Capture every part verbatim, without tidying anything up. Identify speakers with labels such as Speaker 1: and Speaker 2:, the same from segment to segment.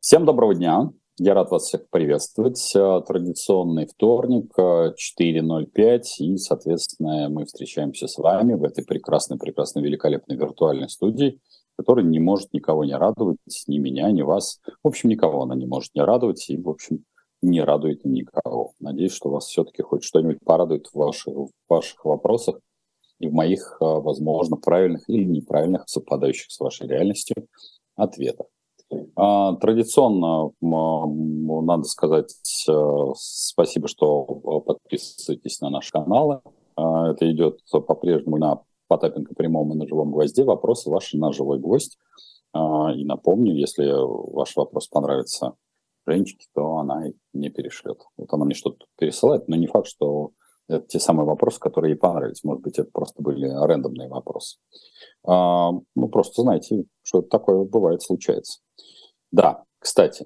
Speaker 1: Всем доброго дня. Я рад вас всех приветствовать. Э, Традиционный вторник, э, четыре ноль пять, и, соответственно, мы встречаемся с вами в этой прекрасной, прекрасной, великолепной виртуальной студии, которая не может никого не радовать, ни меня, ни вас. В общем, никого она не может не радовать, и, в общем, не радует никого. Надеюсь, что вас все-таки хоть что-нибудь порадует в ваших, в ваших вопросах и в моих, э, возможно, правильных или неправильных, совпадающих с вашей реальностью, ответах. А, Традиционно, м, надо сказать, э, спасибо, что э, подписываетесь на наши каналы. А, Это идет по-прежнему на Потапенко прямом и на живом гвозде. Вопросы ваши на живой гвоздь. А, И напомню, если ваш вопрос понравится Женечке, то она и мне перешлет. Вот она мне что-то пересылает, но не факт, что это те самые вопросы, которые ей понравились. Может быть, это просто были рандомные вопросы. А, Ну, просто знаете, что такое бывает, случается. Да, кстати,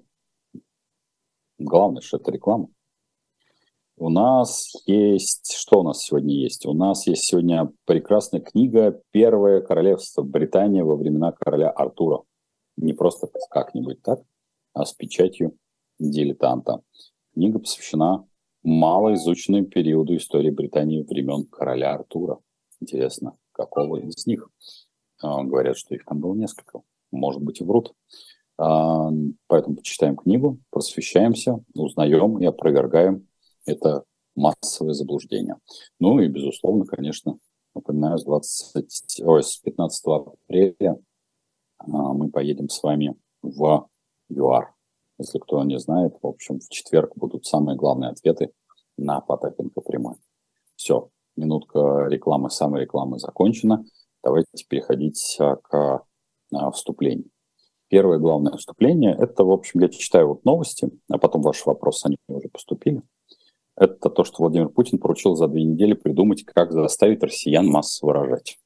Speaker 1: главное, что это реклама. У нас есть... Что у нас сегодня есть? У нас есть сегодня прекрасная книга «Первое королевство Британии во времена короля Артура». Не просто как-нибудь так, а с печатью дилетанта. Книга посвящена малоизученному периоду истории Британии времен короля Артура. Интересно, какого из них? А, Говорят, что их там было несколько. Может быть, и врут. А, Поэтому почитаем книгу, просвещаемся, узнаем и опровергаем это массовое заблуждение. Ну и, безусловно, конечно, напоминаю, с, двадцать, ой, с пятнадцатого апреля а, мы поедем с вами в ЮАР. Если кто не знает, в общем, в четверг будут самые главные ответы на Потапенко прямой. Все, минутка рекламы, самой рекламы закончена. Давайте переходить а, к а, вступлению. Первое главное вступление – это, в общем, я читаю вот новости, а потом ваши вопросы, они уже поступили. Это то, что Владимир Путин поручил за две недели придумать, как заставить россиян массово рожать.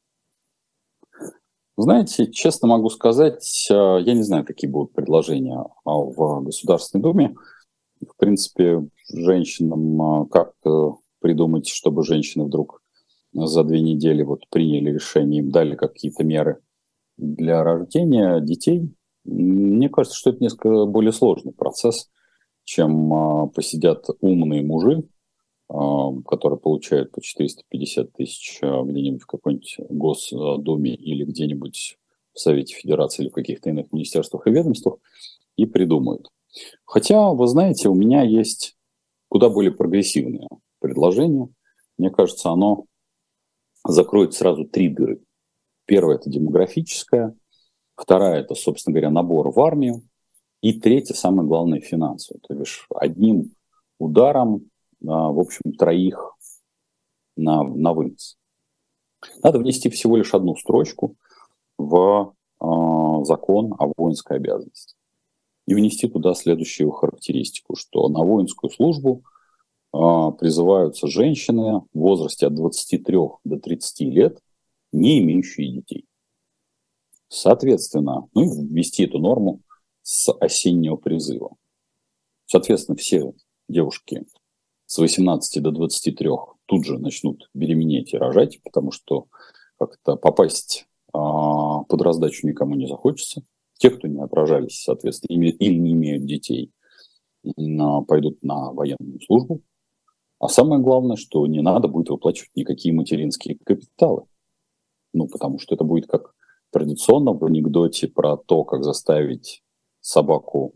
Speaker 1: Знаете, честно могу сказать, я не знаю, какие будут предложения в Государственной Думе. В принципе, женщинам как придумать, чтобы женщины вдруг за две недели вот приняли решение, им дали какие-то меры для рождения детей. Мне кажется, что это несколько более сложный процесс, чем а, посидят умные мужи, а, которые получают по четыреста пятьдесят тысяч а, где-нибудь в какой-нибудь Госдуме или где-нибудь в Совете Федерации или в каких-то иных министерствах и ведомствах и придумают. Хотя, вы знаете, у меня есть куда более прогрессивное предложение. Мне кажется, оно закроет сразу три дыры. Первое – это демографическое. Вторая – это, собственно говоря, набор в армию. И третье, самое главное, финансовое. То бишь одним ударом, а, в общем, троих на, на вынос. Надо внести всего лишь одну строчку в а, закон о воинской обязанности. И внести туда следующую характеристику, что на воинскую службу а, призываются женщины в возрасте от двадцати трёх до тридцати лет, не имеющие детей. Соответственно, ну и ввести эту норму с осеннего призыва. Соответственно, все девушки с восемнадцати до двадцати трёх тут же начнут беременеть и рожать, потому что как-то попасть а, под раздачу никому не захочется. Те, кто не отражались, соответственно, или не имеют детей, а, пойдут на военную службу. А самое главное, что не надо будет выплачивать никакие материнские капиталы. Ну, потому что это будет как традиционно в анекдоте про то, как заставить собаку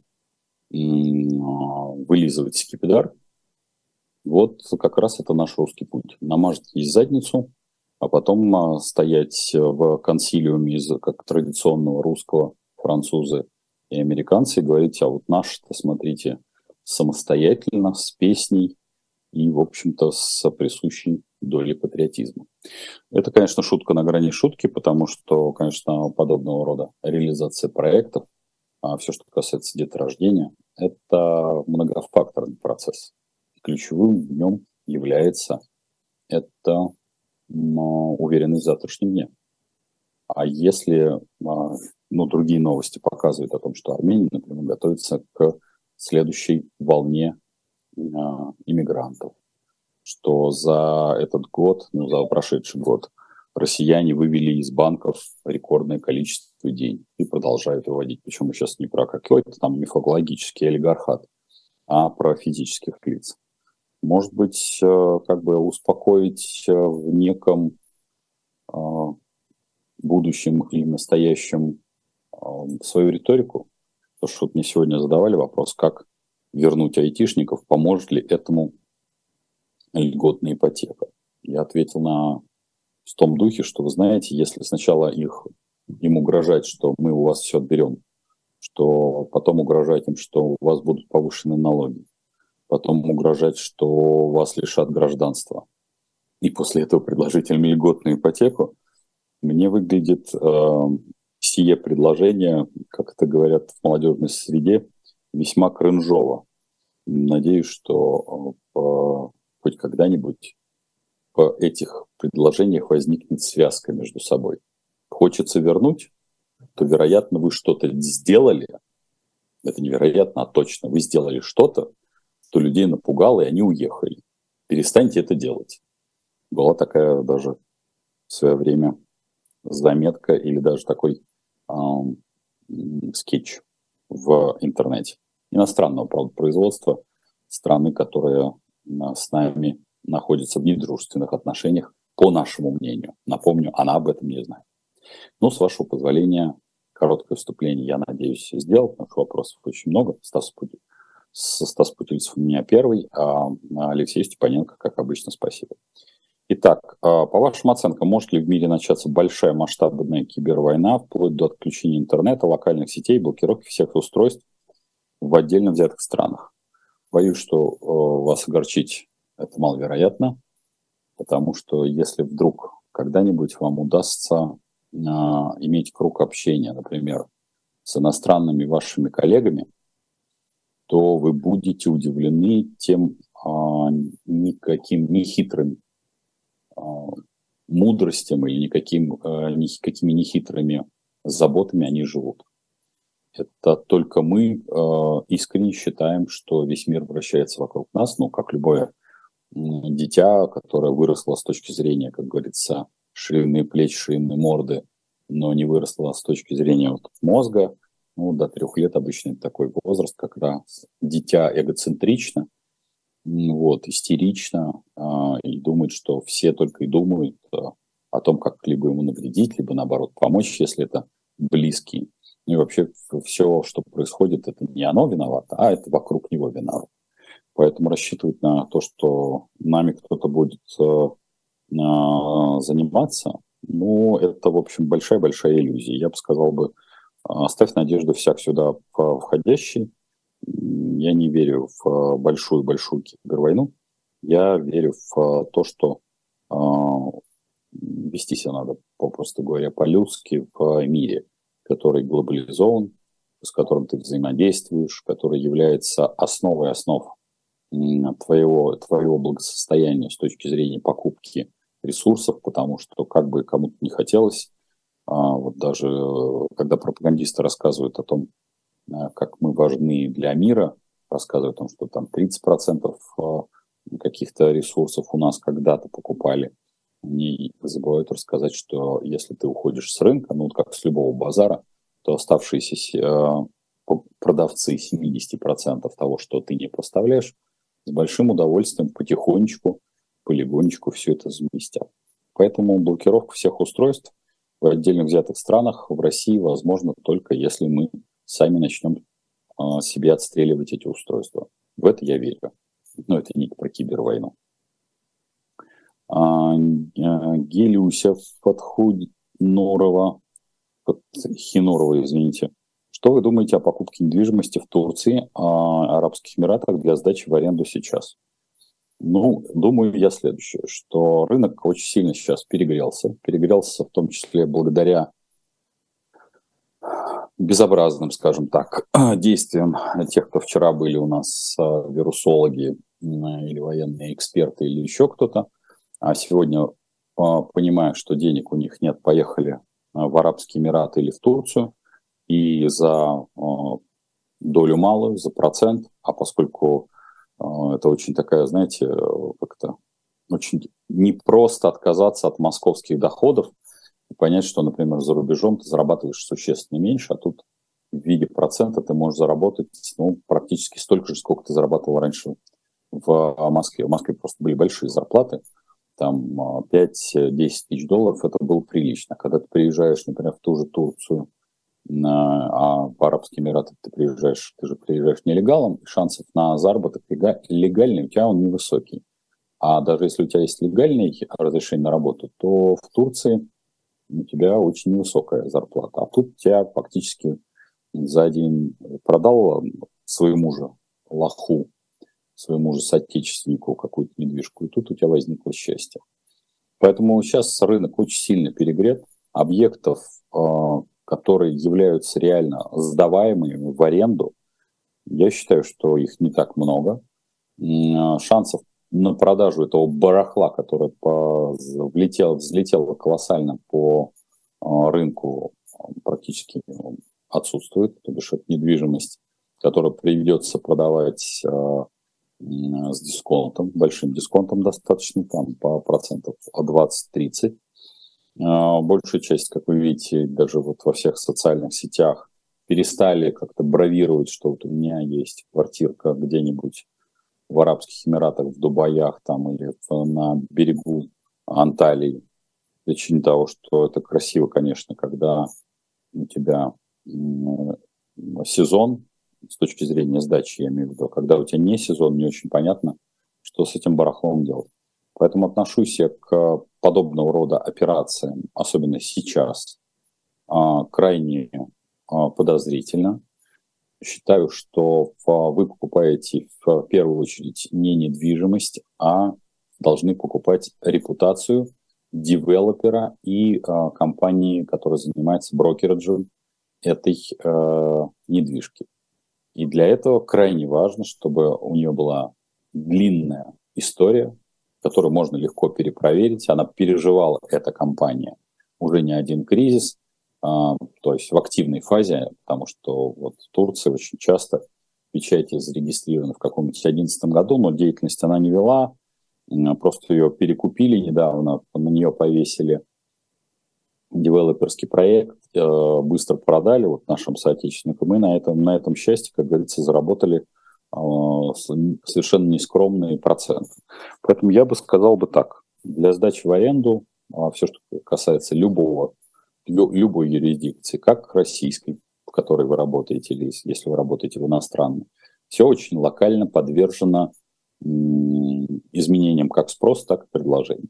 Speaker 1: м, вылизывать скипидар. Вот как раз это наш русский путь. Намажать ей задницу, а потом а, стоять в консилиуме из как традиционного русского французы и американцы и говорить, а вот наши-то, смотрите, самостоятельно, с песней и, в общем-то, с присущей долей патриотизма. Это, конечно, шутка на грани шутки, потому что, конечно, подобного рода реализация проектов, а все, что касается деторождения, это многофакторный процесс. Ключевым в нем является это ну, уверенность в завтрашнем дне. А если ну, другие новости показывают о том, что Армения, например, готовится к следующей волне иммигрантов, что за этот год, ну, за прошедший год россияне вывели из банков рекордное количество денег и продолжают выводить. Причем мы сейчас не про какой-то там мифологический олигархат, а про физических лиц. Может быть, как бы успокоить в неком будущем и настоящем свою риторику? Потому что вот мне сегодня задавали вопрос, как вернуть айтишников, поможет ли этому льготная ипотека. Я ответил на в том духе, что, вы знаете, если сначала их, им угрожать, что мы у вас все отберем, что потом угрожать им, что у вас будут повышены налоги, потом угрожать, что вас лишат гражданства, и после этого предложить им льготную ипотеку, мне выглядит э, сие предложение, как это говорят в молодежной среде, весьма кринжово. Надеюсь, что э, хоть когда-нибудь в этих предложениях возникнет связка между собой. Хочется вернуть, то, вероятно, вы что-то сделали, это невероятно, а точно, вы сделали что-то, что людей напугало, и они уехали. Перестаньте это делать. Была такая даже в свое время заметка или даже такой эм, скетч в интернете. Иностранного, правда, производства страны, которая с нами находится в недружественных отношениях, по нашему мнению. Напомню, она об этом не знает. Но, с вашего позволения, короткое вступление, я надеюсь, сделал, потому что вопросов очень много. Стас Путиль. Стас Путильцев у меня первый, а Алексей Степаненко, как обычно, спасибо. Итак, по вашим оценкам, может ли в мире начаться большая масштабная кибервойна, вплоть до отключения интернета, локальных сетей, блокировки всех устройств в отдельно взятых странах? Боюсь, что вас огорчить это маловероятно, потому что если вдруг когда-нибудь вам удастся э, иметь круг общения, например, с иностранными вашими коллегами, то вы будете удивлены тем э, никаким нехитрым э, мудростям или никаким, э, никакими нехитрыми заботами они живут. Это только мы э, искренне считаем, что весь мир вращается вокруг нас, ну, как любое дитя, которое выросло с точки зрения, как говорится, ширины плеч, ширины морды, но не выросло с точки зрения вот мозга. Ну, до трех лет обычно это такой возраст, когда дитя эгоцентрично, вот, истерично а, и думает, что все только и думают а, о том, как либо ему навредить, либо наоборот помочь, если это близкий. Ну и вообще все, что происходит, это не оно виновато, а это вокруг него виноват. Поэтому рассчитывать на то, что нами кто-то будет э, э, заниматься, ну, это, в общем, большая-большая иллюзия. Я бы сказал бы, оставь надежду всяк сюда входящий. Я не верю в большую-большую кибервойну. Я верю в то, что э, вести себя надо, попросту говоря, по-людски в мире, который глобализован, с которым ты взаимодействуешь, который является основой основ твоего, твоего благосостояния с точки зрения покупки ресурсов, потому что как бы кому-то не хотелось, а, вот даже когда пропагандисты рассказывают о том, как мы важны для мира, рассказывают о том, что там тридцать процентов каких-то ресурсов у нас когда-то покупали, они забывают рассказать, что если ты уходишь с рынка, ну, как с любого базара, то оставшиеся продавцы семьдесят процентов того, что ты не поставляешь, с большим удовольствием потихонечку, полигонечку все это заместят. Поэтому блокировка всех устройств в отдельно взятых странах в России возможно только если мы сами начнем а, себе отстреливать эти устройства. В это я верю. Но это не про кибервойну. А, а, Гелиуся Фатхуднорова, Хинорова, извините. Что вы думаете о покупке недвижимости в Турции, а, Арабских Эмиратах для сдачи в аренду сейчас? Ну, думаю я следующее, что рынок очень сильно сейчас перегрелся. Перегрелся в том числе благодаря безобразным, скажем так, действиям тех, кто вчера были у нас вирусологи или военные эксперты или еще кто-то. А сегодня, понимая, что денег у них нет, поехали в Арабские Эмираты или в Турцию. И за э, долю малую, за процент, а поскольку э, это очень такая, знаете, как-то очень непросто отказаться от московских доходов и понять, что, например, за рубежом ты зарабатываешь существенно меньше, а тут в виде процента ты можешь заработать ну, практически столько же, сколько ты зарабатывал раньше в Москве. В Москве просто были большие зарплаты, там пять-десять тысяч долларов, это было прилично. Когда ты приезжаешь, например, в ту же Турцию, на, а в Арабские Эмираты ты приезжаешь, ты же приезжаешь нелегалом, и шансов на заработок легальный у тебя он невысокий. А даже если у тебя есть легальное разрешение на работу, то в Турции у тебя очень невысокая зарплата. А тут у тебя фактически за день продал своему же лоху, своему же соотечественнику какую-то недвижку, и тут у тебя возникло счастье. Поэтому сейчас рынок очень сильно перегрет. Объектов, которые являются реально сдаваемыми в аренду, я считаю, что их не так много. Шансов на продажу этого барахла, которое по, влетело, взлетело колоссально по рынку, практически отсутствует. То бишь это недвижимость, которую придется продавать с дисконтом, большим дисконтом достаточно, там по процентов двадцать-тридцать. Большая часть, как вы видите, даже вот во всех социальных сетях перестали как-то бравировать, что вот у меня есть квартирка где-нибудь в Арабских Эмиратах, в Дубаях там или на берегу Анталии. Причина того, что это красиво, конечно, когда у тебя сезон, с точки зрения сдачи, я имею в виду, когда у тебя не сезон, не очень понятно, что с этим барахлом делать. Поэтому отношусь я к подобного рода операциям, особенно сейчас, крайне подозрительно. Считаю, что вы покупаете в первую очередь не недвижимость, а должны покупать репутацию девелопера и компании, которая занимается брокериджем этой недвижки. И для этого крайне важно, чтобы у нее была длинная история, которую можно легко перепроверить. Она переживала, эта компания, уже не один кризис, а, то есть в активной фазе, потому что вот в Турции очень часто печать зарегистрирована в каком-нибудь две тысячи одиннадцатом году, но деятельность она не вела, просто ее перекупили недавно, на нее повесили девелоперский проект, быстро продали вот нашим соотечественникам, и мы на этом, на этом счастье, как говорится, заработали совершенно нескромные проценты. Поэтому я бы сказал бы так, для сдачи в аренду, все, что касается любого, любой юрисдикции, как российской, в которой вы работаете, или если вы работаете в иностранной, все очень локально подвержено изменениям как спроса, так и предложения.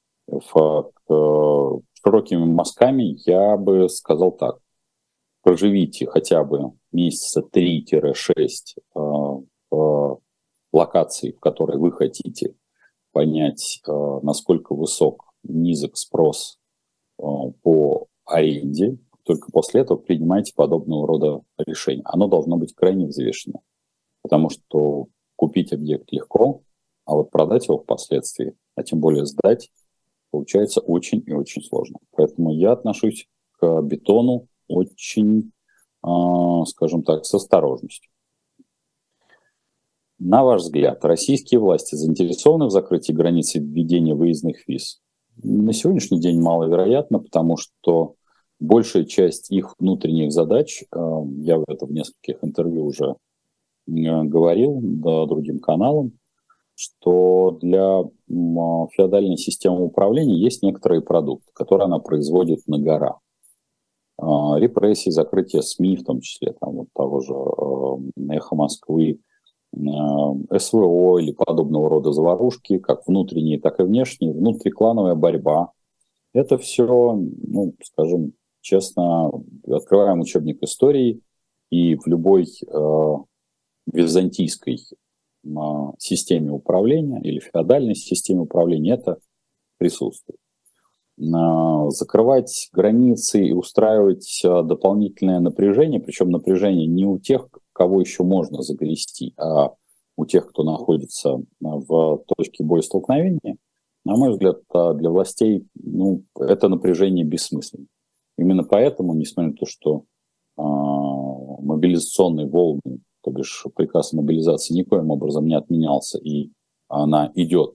Speaker 1: В широкими мазками я бы сказал так. Проживите хотя бы месяца три-шесть в локации, в которой вы хотите понять, насколько высок, низок спрос по аренде. Только после этого принимайте подобного рода решения. Оно должно быть крайне взвешено. Потому что купить объект легко, а вот продать его впоследствии, а тем более сдать, получается очень и очень сложно. Поэтому я отношусь к бетону очень, скажем так, с осторожностью. На ваш взгляд, российские власти заинтересованы в закрытии границ и введении выездных виз? На сегодняшний день маловероятно, потому что большая часть их внутренних задач, я это в нескольких интервью уже говорил, да, другим каналам, что для феодальной системы управления есть некоторые продукты, которые она производит на гора. Репрессии, закрытие СМИ, в том числе там, вот того же «Эхо Москвы», СВО или подобного рода заварушки, как внутренние, так и внешние, внутриклановая борьба. Это все, ну, скажем честно, открываем учебник истории, и в любой э, византийской э, системе управления или феодальной системе управления это присутствует. Э, закрывать границы и устраивать э, дополнительное напряжение, причем напряжение не у тех, кого еще можно загрести, а у тех, кто находится в точке боестолкновения, на мой взгляд, для властей ну, это напряжение бессмысленно. Именно поэтому, несмотря на то, что э, мобилизационные волны, то бишь приказ о мобилизации никоим образом не отменялся, и она идет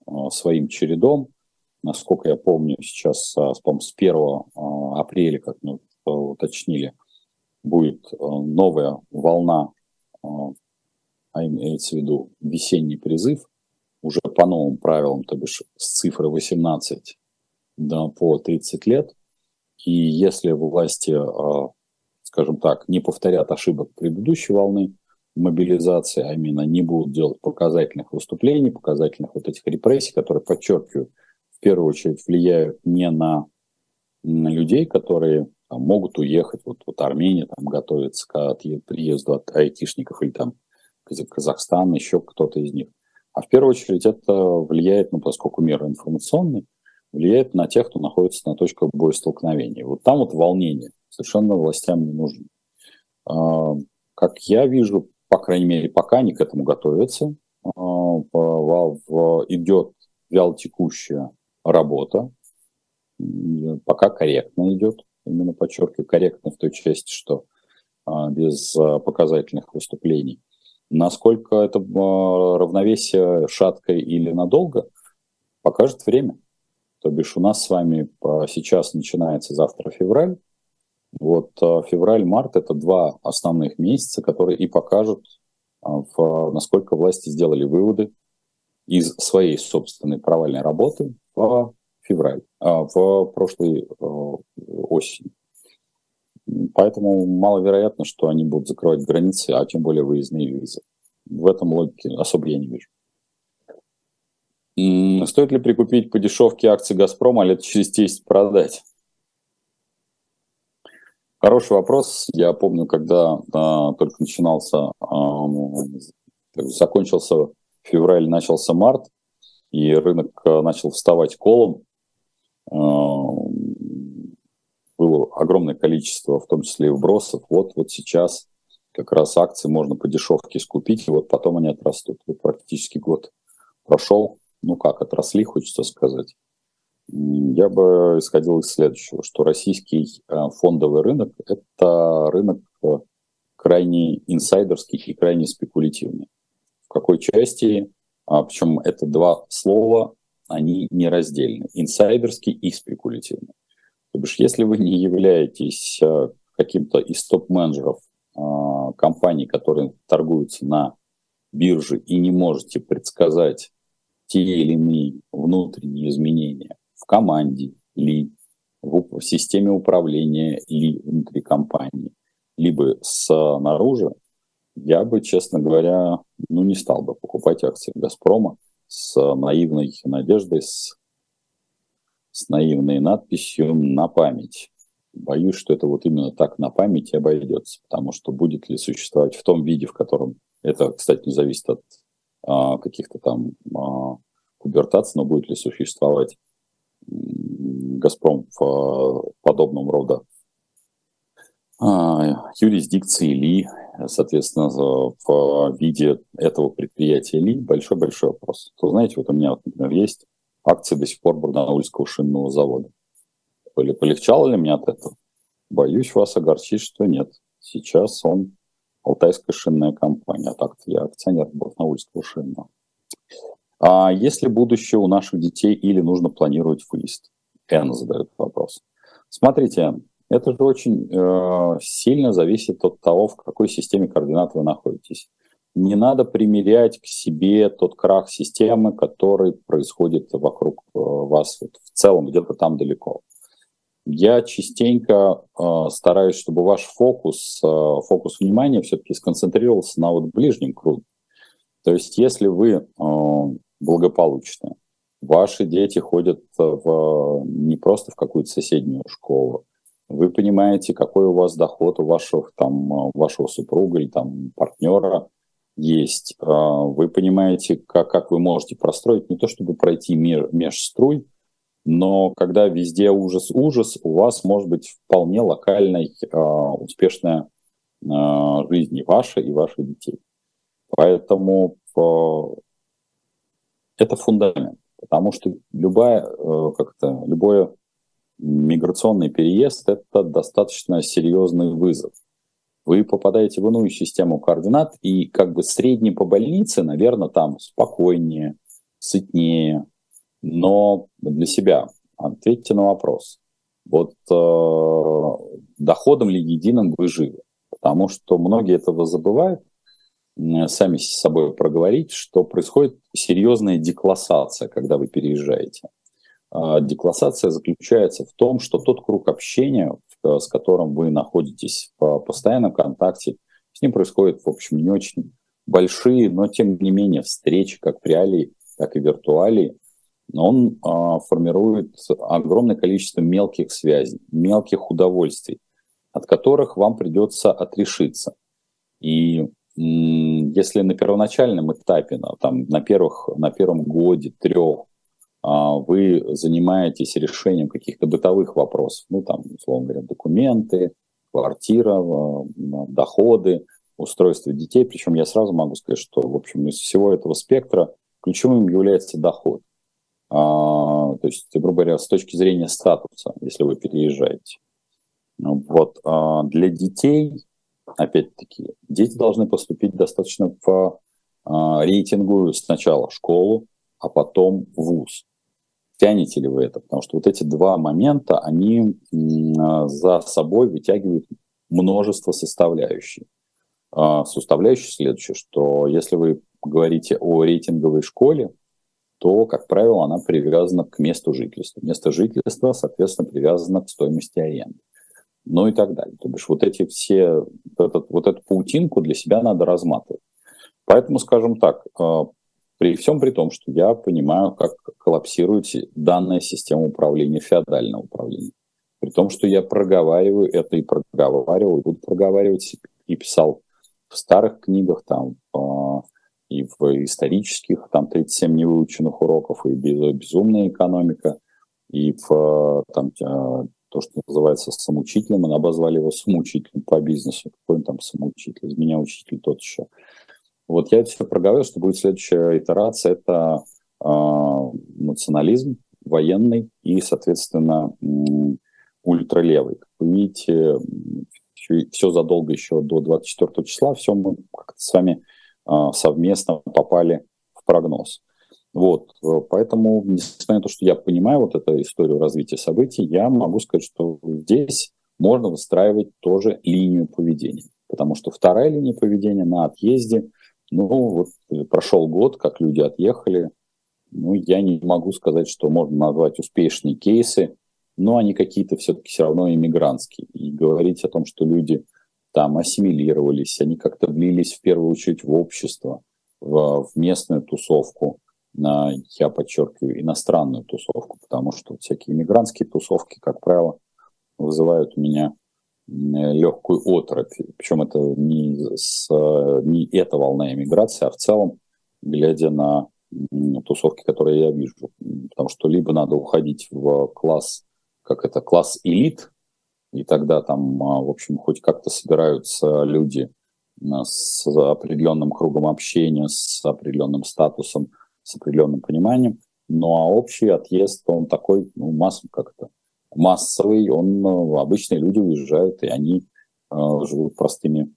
Speaker 1: своим чередом. Насколько я помню, сейчас с первого апреля, как мы уточнили, будет новая волна, а имеется в виду весенний призыв, уже по новым правилам, то бишь с цифры восемнадцать до, по тридцать лет. И если власти, скажем так, не повторят ошибок предыдущей волны мобилизации, а именно не будут делать показательных выступлений, показательных вот этих репрессий, которые, подчеркиваю, в первую очередь влияют не на, на людей, которые там могут уехать. Вот, вот Армения там готовится к приезду от айтишников или там Казахстан, еще кто-то из них. А в первую очередь это влияет, ну, поскольку мир информационный, влияет на тех, кто находится на точках боестолкновения. Вот там вот волнение совершенно властям не нужно. Как я вижу, по крайней мере, пока они к этому готовятся, идет вялотекущая работа, пока корректно идет, именно подчеркиваю, корректно в той части, что без показательных выступлений. Насколько это равновесие шаткое или надолго, покажет время. То бишь у нас с вами сейчас начинается завтра февраль. Вот февраль-март – это два основных месяца, которые и покажут, в, насколько власти сделали выводы из своей собственной провальной работы в февраль, в прошлой осени. Поэтому маловероятно, что они будут закрывать границы, а тем более выездные визы. В этом логике особо я не вижу. Стоит ли прикупить по дешевке акции «Газпрома», а лет через десять продать? Хороший вопрос. Я помню, когда а, только начинался, а, закончился февраль, начался март, и рынок а, начал вставать колом. А, было огромное количество, в том числе и вбросов. Вот, вот сейчас как раз акции можно по дешевке скупить, и вот потом они отрастут. Вот практически год прошел. Ну как, отросли, хочется сказать. Я бы исходил из следующего, что российский фондовый рынок – это рынок крайне инсайдерский и крайне спекулятивный. В какой части? Причем это два слова, они нераздельны. Инсайдерский и спекулятивный. То бишь, если вы не являетесь каким-то из топ-менеджеров компаний, которые торгуются на бирже, и не можете предсказать те или иные внутренние изменения в команде ли, в системе управления ли внутри компании, либо снаружи, я бы, честно говоря, ну, не стал бы покупать акции «Газпрома» с наивной надеждой, с, с наивной надписью «на память». Боюсь, что это вот именно так на память и обойдется, потому что будет ли существовать в том виде, в котором это, кстати, не зависит от а, каких-то там а, кубертаций, но будет ли существовать «Газпром» в а, подобном рода а, юрисдикции ли, соответственно, в виде этого предприятия ли, большой-большой вопрос. То, знаете, вот у меня, вот, например, есть акции до сих пор Барнаульского шинного завода. Полегчало ли мне от этого? Боюсь вас огорчить, что нет. Сейчас он Алтайская шинная компания, а так-то я акционер Барнаульского шинного. А есть ли будущее у наших детей или нужно планировать выезд? Энн задает вопрос. Смотрите, это же очень э, сильно зависит от того, в какой системе координат вы находитесь. Не надо примерять к себе тот крах системы, который происходит вокруг э, вас вот, в целом, где-то там далеко. Я частенько э, стараюсь, чтобы ваш фокус, э, фокус внимания все-таки сконцентрировался на вот ближнем круге. То есть, если вы э, благополучны, ваши дети ходят в, не просто в какую-то соседнюю школу, вы понимаете, какой у вас доход у вашего, там, вашего супруга или там, партнера есть, э, вы понимаете, как, как вы можете простроить, не то чтобы пройти мир межструй, но когда везде ужас-ужас, у вас может быть вполне локальная, э, успешная э, жизнь и ваша, и ваших детей. Поэтому э, это фундамент, потому что любая, э, как-то, любой миграционный переезд – это достаточно серьезный вызов. Вы попадаете в иную систему координат, и как бы средний по больнице, наверное, там спокойнее, сытнее, Но для себя ответьте на вопрос. Вот э, доходом ли единым вы живы? Потому что многие этого забывают, м, сами с собой проговорить, что происходит серьезная деклассация, когда вы переезжаете. А деклассация заключается в том, что тот круг общения, в- с которым вы находитесь в постоянном контакте, с ним происходят, в общем, не очень большие, но тем не менее встречи, как в реалии, так и в виртуалии, он а, формирует огромное количество мелких связей, мелких удовольствий, от которых вам придется отрешиться. И м, если на первоначальном этапе, на, там, на, первых, на первом годе, трех, а, вы занимаетесь решением каких-то бытовых вопросов, ну, там, условно говоря, документы, квартира, а, доходы, устройство детей, причем я сразу могу сказать, что, в общем, из всего этого спектра ключевым является доход. А, то есть, грубо говоря, с точки зрения статуса, если вы переезжаете. Ну, вот, а, для детей, опять-таки, дети должны поступить достаточно в а, рейтинговую сначала школу, а потом вуз. Тянете ли вы это? Потому что вот эти два момента, они м, а, за собой вытягивают множество составляющих. А, составляющая следующая, что если вы говорите о рейтинговой школе, то, как правило, она привязана к месту жительства. Место жительства, соответственно, привязано к стоимости аренды. Ну и так далее. То бишь вот эти все, вот, этот, вот эту паутинку для себя надо разматывать. Поэтому, скажем так, э, при всем при том, что я понимаю, как коллапсирует данная система управления, феодального управления. При том, что я проговариваю это и проговаривал, и буду проговаривать, и писал в старых книгах, там, э, и в исторических, там, тридцать семь невыученных уроков, и безумная экономика, и в там, то, что называется самоучителем, мы обозвали его самоучителем по бизнесу. Какой он там самоучитель? Из меня учитель тот еще. Вот я это все проговорил, что будет следующая итерация. Это э, национализм военный и, соответственно, м, ультралевый. Как вы видите, все, все задолго еще до двадцать четвёртого числа, все мы как-то с вами э, совместно попали в прогноз. Вот, поэтому, несмотря на то, что я понимаю вот эту историю развития событий, я могу сказать, что здесь можно выстраивать тоже линию поведения. Потому что вторая линия поведения на отъезде, ну вот прошел год, как люди отъехали, ну я не могу сказать, что можно назвать успешные кейсы, но они какие-то все-таки все равно иммигрантские. И говорить о том, что люди там ассимилировались, они как-то влились в первую очередь в общество, в, в местную тусовку, на, я подчеркиваю, иностранную тусовку, потому что всякие иммигрантские тусовки, как правило, вызывают у меня легкую оторопь. Причем это не, с, не эта волна иммиграции, а в целом, глядя на тусовки, которые я вижу. Потому что либо надо уходить в класс, как это, класс элит, и тогда там, в общем, хоть как-то собираются люди с определенным кругом общения, с определенным статусом, с определенным пониманием. Ну а общий отъезд, он такой, ну, масс, как это, массовый, он, обычные люди уезжают, и они э, живут простыми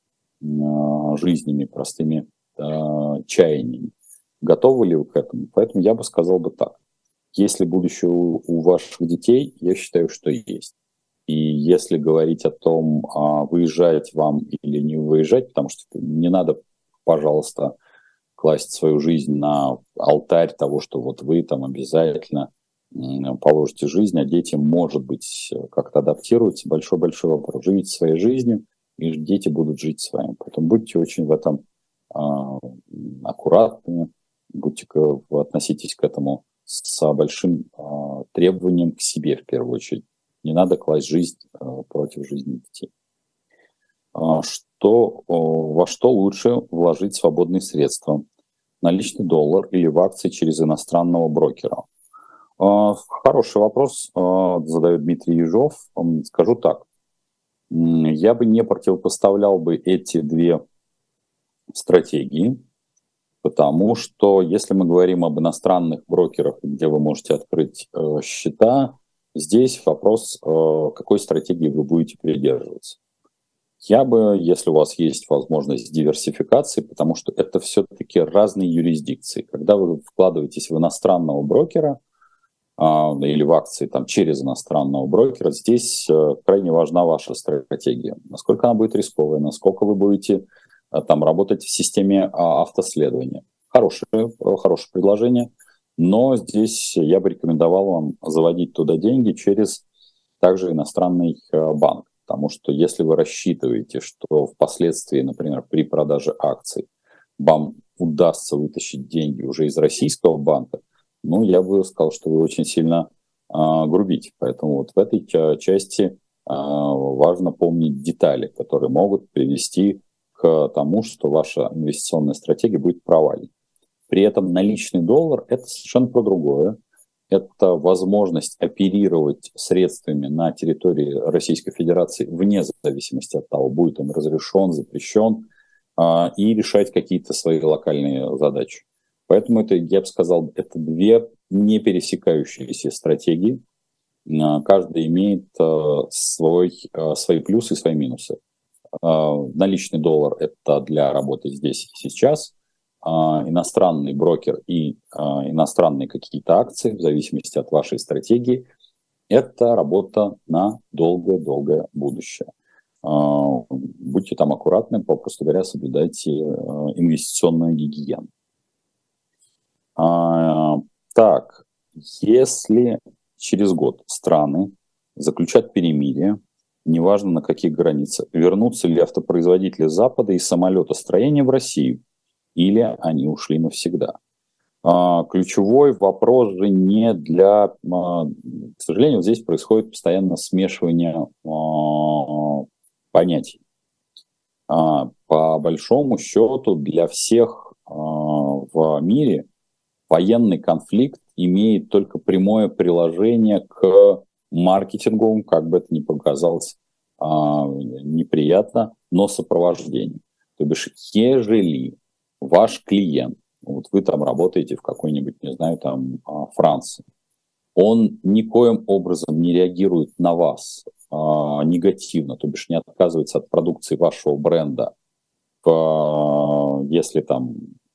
Speaker 1: э, жизнями, простыми э, чаяниями. Готовы ли вы к этому? Поэтому я бы сказал бы так. Если будущее у, у ваших детей, я считаю, что есть. И если говорить о том, а, выезжать вам или не выезжать, потому что не надо, пожалуйста, класть свою жизнь на алтарь того, что вот вы там обязательно положите жизнь, а дети, может быть, как-то адаптируются. Большой-большой вопрос. Живите своей жизнью, и дети будут жить своим. Поэтому будьте очень в этом а, аккуратными, будьте, относитесь к этому с большим а, требованием к себе в первую очередь. Не надо класть жизнь а, против жизни детей. А, что, во что лучше вложить свободные средства? Наличный доллар или в акции через иностранного брокера? Хороший вопрос задает Дмитрий Ежов. Скажу так. Я бы не противопоставлял бы эти две стратегии, потому что если мы говорим об иностранных брокерах, где вы можете открыть счета, здесь вопрос, какой стратегии вы будете придерживаться. Я бы, если у вас есть возможность диверсификации, потому что это все-таки разные юрисдикции. Когда вы вкладываетесь в иностранного брокера, или в акции там, через иностранного брокера, здесь крайне важна ваша стратегия. Насколько она будет рисковая, насколько вы будете там, работать в системе автоследования. Хорошее, хорошее предложение, но здесь я бы рекомендовал вам заводить туда деньги через также иностранный банк. Потому что если вы рассчитываете, что впоследствии, например, при продаже акций вам удастся вытащить деньги уже из российского банка, ну, я бы сказал, что вы очень сильно э, грубите. Поэтому вот в этой части э, важно помнить детали, которые могут привести к тому, что ваша инвестиционная стратегия будет провальной. При этом наличный доллар – это совершенно про другое. Это возможность оперировать средствами на территории Российской Федерации вне зависимости от того, будет он разрешен, запрещен, э, и решать какие-то свои локальные задачи. Поэтому это, я бы сказал, это две не пересекающиеся стратегии. Каждая имеет свой, свои плюсы и свои минусы. Наличный доллар – это для работы здесь и сейчас. Иностранный брокер и иностранные какие-то акции, в зависимости от вашей стратегии, это работа на долгое-долгое будущее. Будьте там аккуратны, попросту говоря, соблюдайте инвестиционную гигиену. А, так, если через год страны заключат перемирие, неважно на каких границах, вернутся ли автопроизводители Запада и самолетостроения в Россию, или они ушли навсегда. А, ключевой вопрос же не для... А, к сожалению, вот здесь происходит постоянно смешивание а, понятий. А, по большому счету для всех а, в мире военный конфликт имеет только прямое приложение к маркетинговому, как бы это ни показалось а, неприятно, но сопровождению. То бишь, ежели ваш клиент, вот вы там работаете в какой-нибудь, не знаю, там Франции, он никоим образом не реагирует на вас а, негативно, то бишь не отказывается от продукции вашего бренда, в, если там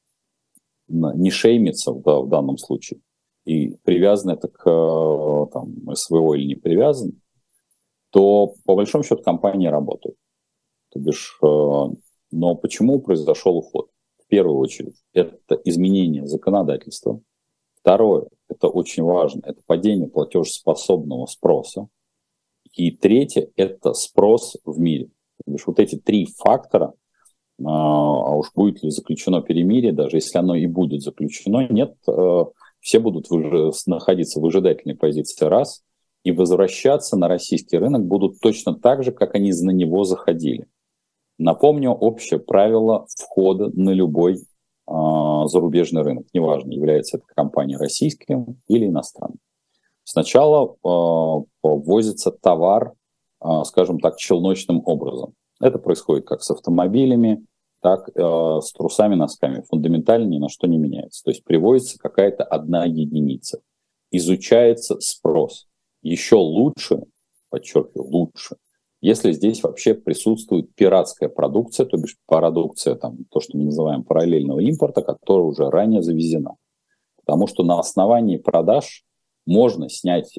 Speaker 1: не шеймится в, да, в данном случае, и привязан это к там, СВО или не привязан, то по большому счету компания работает. То бишь, э, но почему произошел уход? В первую очередь, это изменение законодательства. Второе, это очень важно, это падение платежеспособного спроса. И третье, это спрос в мире. То бишь, вот эти три фактора, а уж будет ли заключено перемирие, даже если оно и будет заключено, нет, все будут находиться в выжидательной позиции раз, и возвращаться на российский рынок будут точно так же, как они на него заходили. Напомню, общее правило входа на любой а, зарубежный рынок, неважно, является эта компания российским или иностранным. Сначала а, ввозится товар, а, скажем так, челночным образом. Это происходит как с автомобилями, так э, с трусами, носками. Фундаментально ни на что не меняется. То есть приводится какая-то одна единица. Изучается спрос. Еще лучше, подчеркиваю, лучше, если здесь вообще присутствует пиратская продукция, то бишь продукция, там, то, что мы называем параллельного импорта, которая уже ранее завезена. Потому что на основании продаж можно снять э,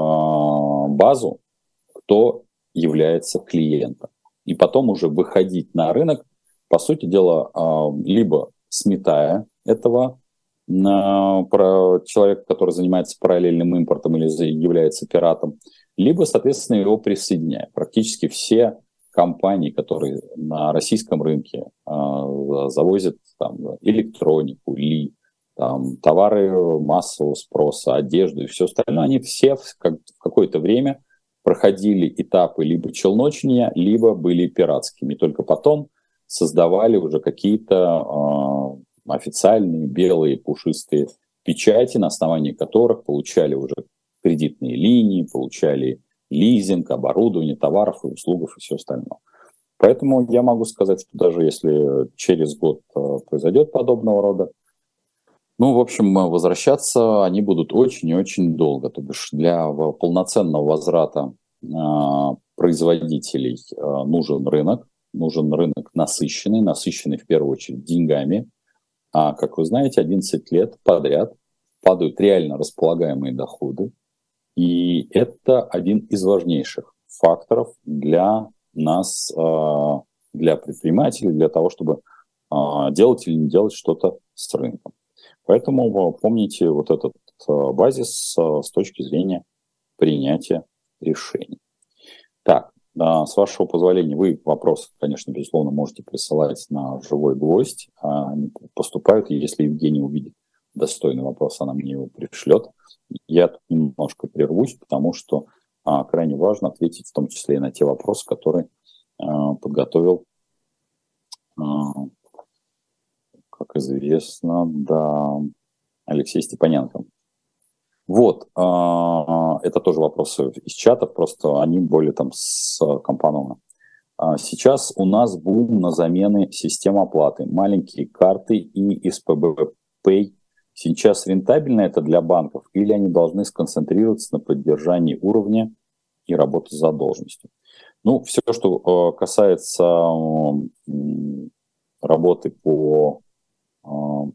Speaker 1: базу, кто является клиентом. И потом уже выходить на рынок, по сути дела, либо сметая этого про человека, который занимается параллельным импортом или является пиратом, либо, соответственно, его присоединяя. Практически все компании, которые на российском рынке завозят там, электронику, ли, там, товары массового спроса, одежду и все остальное, они все в какое-то время проходили этапы либо челночения, либо были пиратскими. Только потом создавали уже какие-то э, официальные белые пушистые печати, на основании которых получали уже кредитные линии, получали лизинг, оборудование, товаров и услуг и все остальное. Поэтому я могу сказать, что даже если через год э, произойдет подобного рода, ну, в общем, возвращаться они будут очень и очень долго. То бишь для полноценного возврата э, производителей э, нужен рынок, нужен рынок насыщенный, насыщенный в первую очередь деньгами. А, как вы знаете, одиннадцать лет подряд падают реально располагаемые доходы. И это один из важнейших факторов для нас, для предпринимателей, для того, чтобы делать или не делать что-то с рынком. Поэтому помните вот этот базис с точки зрения принятия решений. Так, с вашего позволения, вы вопросы, конечно, безусловно, можете присылать на живой гвоздь. Они поступают, и если Евгения увидит достойный вопрос, она мне его пришлет. Я тут немножко прервусь, потому что а, крайне важно ответить в том числе и на те вопросы, которые а, подготовил, а, как известно, да, Алексей Степаненко. Вот, а, это тоже вопросы из чата, просто они более там скомпонованы. А, сейчас у нас бум на замены систем оплаты, маленькие карты и эс пэ бэ Pay. Сейчас рентабельно это для банков или они должны сконцентрироваться на поддержании уровня и работе с задолженностью? Ну, все, что э, касается э, работы по э,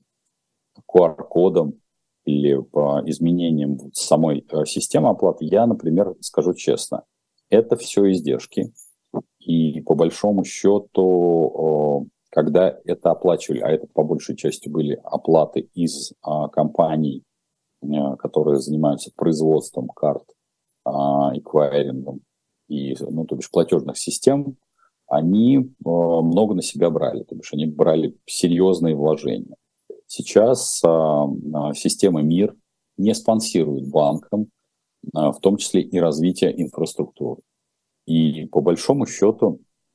Speaker 1: ку ар-кодам или по изменениям самой э, системы оплаты, я, например, скажу честно, это все издержки. И по большому счету... Э, когда это оплачивали, а это по большей части были оплаты из а, компаний, а, которые занимаются производством карт, а, эквайрингом и, ну, то бишь, платежных систем, они а, много на себя брали, то бишь они брали серьезные вложения. Сейчас а, а, система МИР не спонсирует банкам, а, в том числе и развитие инфраструктуры. И по большому счету,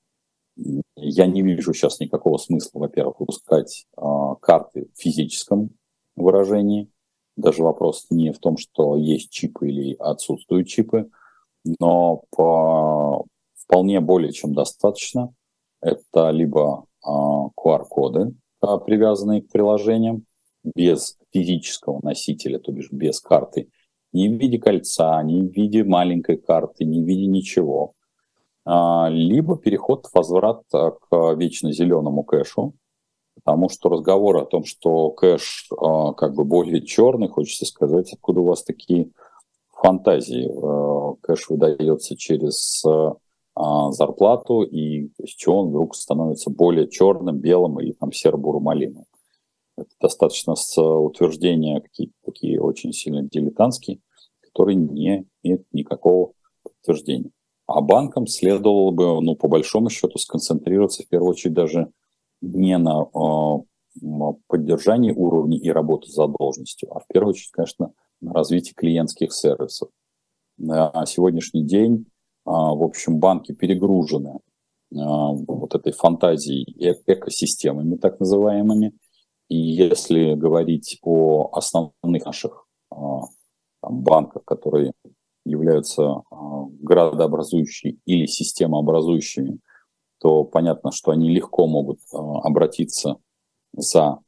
Speaker 1: я не вижу сейчас никакого смысла, во-первых, выпускать э, карты в физическом выражении. Даже вопрос не в том, что есть чипы или отсутствуют чипы, но по, вполне более чем достаточно. Это либо э, ку ар-коды, э, привязанные к приложениям, без физического носителя, то бишь без карты, ни в виде кольца, ни в виде маленькой карты, ни в виде ничего. Либо переход, возврат к вечно зеленому кэшу, потому что разговор о том, что кэш как бы более черный, хочется сказать, откуда у вас такие фантазии. Кэш выдается через зарплату, и с чего он вдруг становится более черным, белым или там серо-буро-малиновым. Это достаточно с утверждения какие-то такие очень сильно дилетантские, которые не имеют никакого подтверждения. А банкам следовало бы, ну, по большому счету, сконцентрироваться в первую очередь даже не на э, поддержании уровня и работы с задолженностью, а в первую очередь, конечно, на развитии клиентских сервисов. На сегодняшний день, э, в общем, банки перегружены э, вот этой фантазией э- экосистемами, так называемыми. И если говорить о основных наших э, там, банках, которые являются э, градообразующими или системообразующими, то понятно, что они легко могут э, обратиться за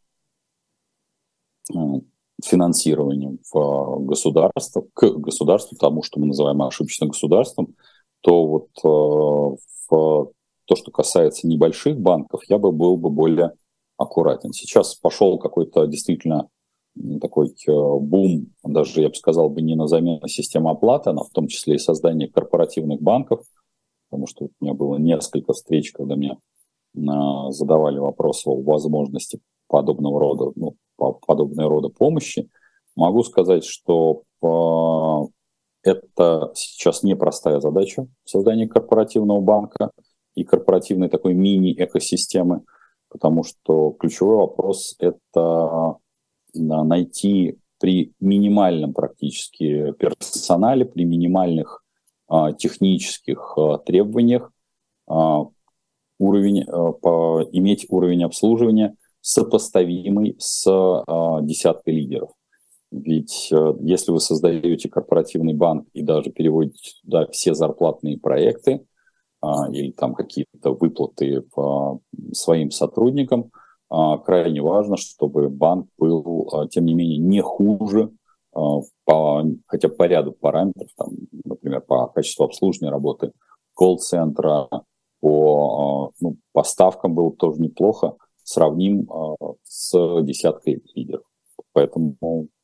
Speaker 1: э, финансированием в государство, к государству, тому, что мы называем ошибочным государством, то вот э, в то, что касается небольших банков, я бы был бы более аккуратен. Сейчас пошел какой-то действительно такой бум, даже, я бы сказал, бы не на замену системы оплаты, но в том числе и создание корпоративных банков, потому что у меня было несколько встреч, когда мне задавали вопросы о возможности подобного рода, ну, подобного рода помощи. Могу сказать, что это сейчас непростая задача создания корпоративного банка и корпоративной такой мини-экосистемы, потому что ключевой вопрос – это найти при минимальном практически персонале, при минимальных а, технических а, требованиях а, уровень, а, по, иметь уровень обслуживания сопоставимый с а, десяткой лидеров. Ведь а, если вы создаете корпоративный банк и даже переводите туда все зарплатные проекты а, или там какие-то выплаты по своим сотрудникам, крайне важно, чтобы банк был, тем не менее, не хуже, по, хотя бы по ряду параметров, там, например, по качеству обслуживания работы колл-центра, по ну, поставкам было тоже неплохо, сравним с десяткой лидеров. Поэтому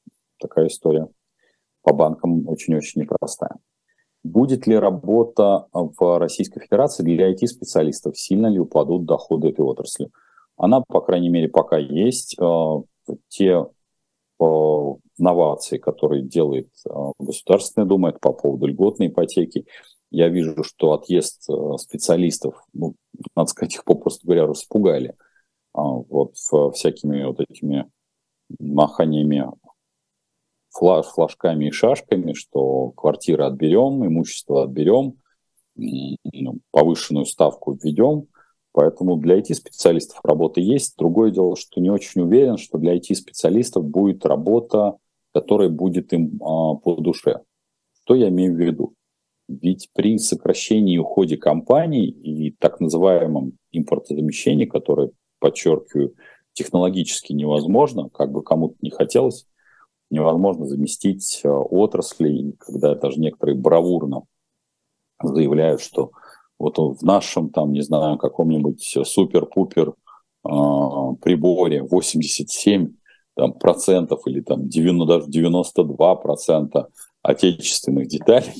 Speaker 1: такая история по банкам очень-очень непростая. Будет ли работа в Российской Федерации для ай ти-специалистов? Сильно ли упадут доходы этой отрасли? Она, по крайней мере, пока есть. Те новации, которые делает Государственная Дума, это по поводу льготной ипотеки. Я вижу, что отъезд специалистов, ну, надо сказать, их, попросту говоря, распугали вот всякими вот этими маханиями флаж, флажками и шашками, что квартиры отберем, имущество отберем, повышенную ставку введем. Поэтому для ай ти-специалистов работа есть. Другое дело, что не очень уверен, что для ай ти-специалистов будет работа, которая будет им а, по душе. Что я имею в виду? Ведь при сокращении и уходе компаний и так называемом импортозамещении, которое, подчеркиваю, технологически невозможно, как бы кому-то не хотелось, невозможно заместить отрасли, когда даже некоторые бравурно заявляют, что вот в нашем, там, не знаю, каком-нибудь супер-пупер э, приборе восемьдесят семь там, процентов или там девяносто, даже девяносто два процента отечественных деталей.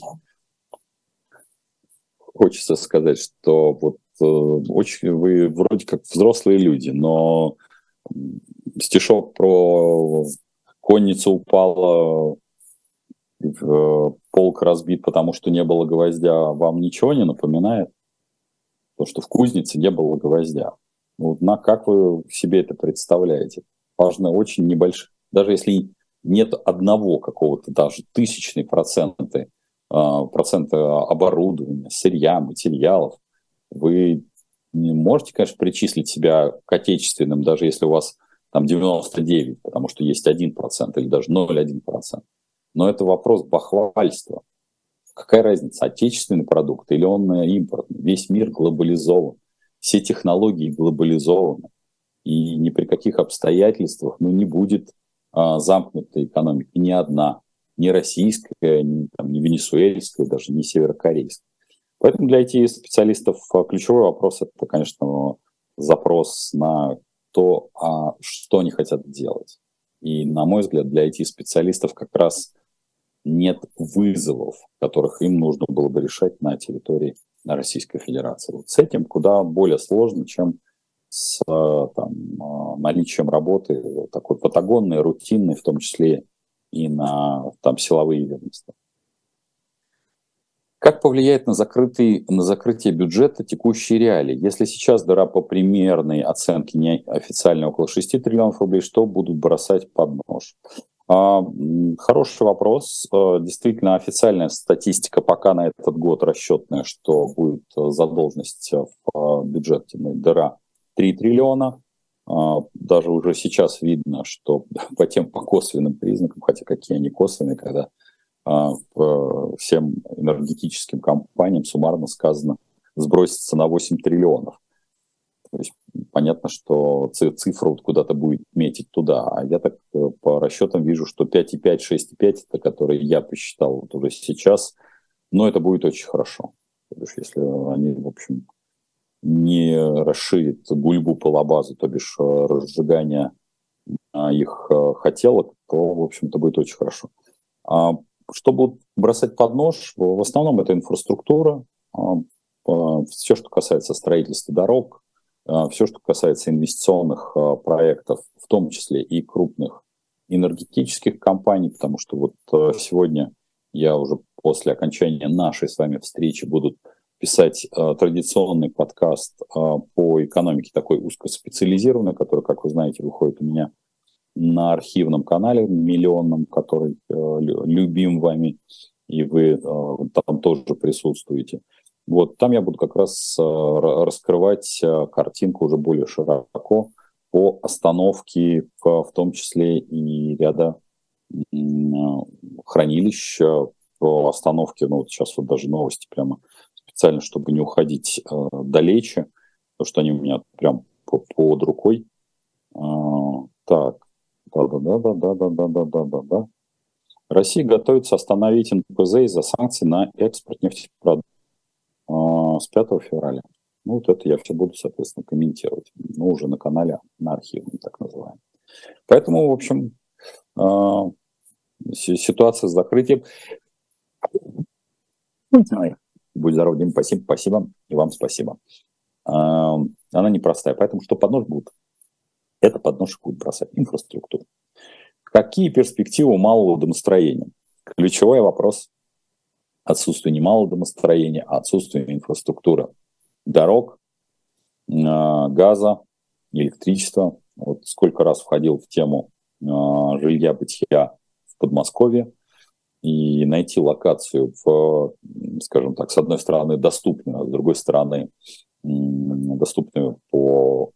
Speaker 1: Хочется сказать, что вот э, очень вы вроде как взрослые люди, но стишок про конница упала, полк разбит, потому что не было гвоздя, вам ничего не напоминает? То, что в кузнице не было гвоздя. Вот на, как вы себе это представляете? Важно очень небольшое, даже если нет одного какого-то даже тысячной процента, процента оборудования, сырья, материалов, вы не можете, конечно, причислить себя к отечественным, даже если у вас там девяносто девять, потому что есть один процент или даже ноль целых одна десятая процента. Но это вопрос бахвальства. Какая разница, отечественный продукт или он импортный? Весь мир глобализован, все технологии глобализованы. И ни при каких обстоятельствах ну, не будет а, замкнутой экономики. Ни одна, ни российская, ни, там, ни венесуэльская, даже не северокорейская. Поэтому для ай ти-специалистов ключевой вопрос – это, конечно, запрос на то, а что они хотят делать. И, на мой взгляд, для ай ти-специалистов как раз нет вызовов, которых им нужно было бы решать на территории Российской Федерации. Вот с этим куда более сложно, чем с там, наличием работы такой патагонной, рутинной, в том числе и на там, силовые ведомства. Как повлияет на, закрытый, на закрытие бюджета текущие реалии? Если сейчас дыра по примерной оценке неофициально около шести триллионов рублей, что будут бросать под нож? Хороший вопрос. Действительно, официальная статистика пока на этот год расчетная, что будет задолженность в бюджете дыра три триллиона. Даже уже сейчас видно, что по тем по косвенным признакам, хотя какие они косвенные, когда всем энергетическим компаниям суммарно сказано сбросится на восемь триллионов. То есть понятно, что цифра вот куда-то будет метить туда. А я так по расчетам вижу, что пять целых пять, шесть целых пять, это которые я посчитал вот уже сейчас, но это будет очень хорошо. Потому что если они, в общем, не расширят бульбу полобазы, то бишь разжигание их хотелок, то, в общем-то, будет очень хорошо. Что будут бросать под нож? В основном это инфраструктура, все, что касается строительства дорог, все, что касается инвестиционных проектов, в том числе и крупных энергетических компаний, потому что вот сегодня я уже после окончания нашей с вами встречи буду писать традиционный подкаст по экономике, такой узкоспециализированный, который, как вы знаете, выходит у меня на архивном канале миллионном, который любим вами, и вы там тоже присутствуете. Вот там я буду как раз раскрывать картинку уже более широко по остановке, в, в том числе и ряда хранилищ, по остановке, ну вот сейчас вот даже новости прямо специально, чтобы не уходить далече, потому что они у меня прям под рукой. Так, да-да-да-да-да-да-да-да-да. Россия готовится остановить эн пэ зэ из-за санкций на экспорт нефтепродуктов с пятого февраля. Ну, вот это я все буду, соответственно, комментировать. Ну, уже на канале, на архивном, так называемом. Поэтому, в общем, ситуация с закрытием. Будь здоров, Дим, спасибо, спасибо, и вам спасибо. Она непростая, поэтому что под нож будут? Это под нож будет бросать инфраструктуру. Какие перспективы у малого домостроения? Ключевой вопрос – отсутствие не малого домостроения, а отсутствие инфраструктуры. Дорог, газа, электричества. Вот сколько раз входил в тему жилья-бытия в Подмосковье, и найти локацию, в, скажем так, с одной стороны доступную, а с другой стороны доступную по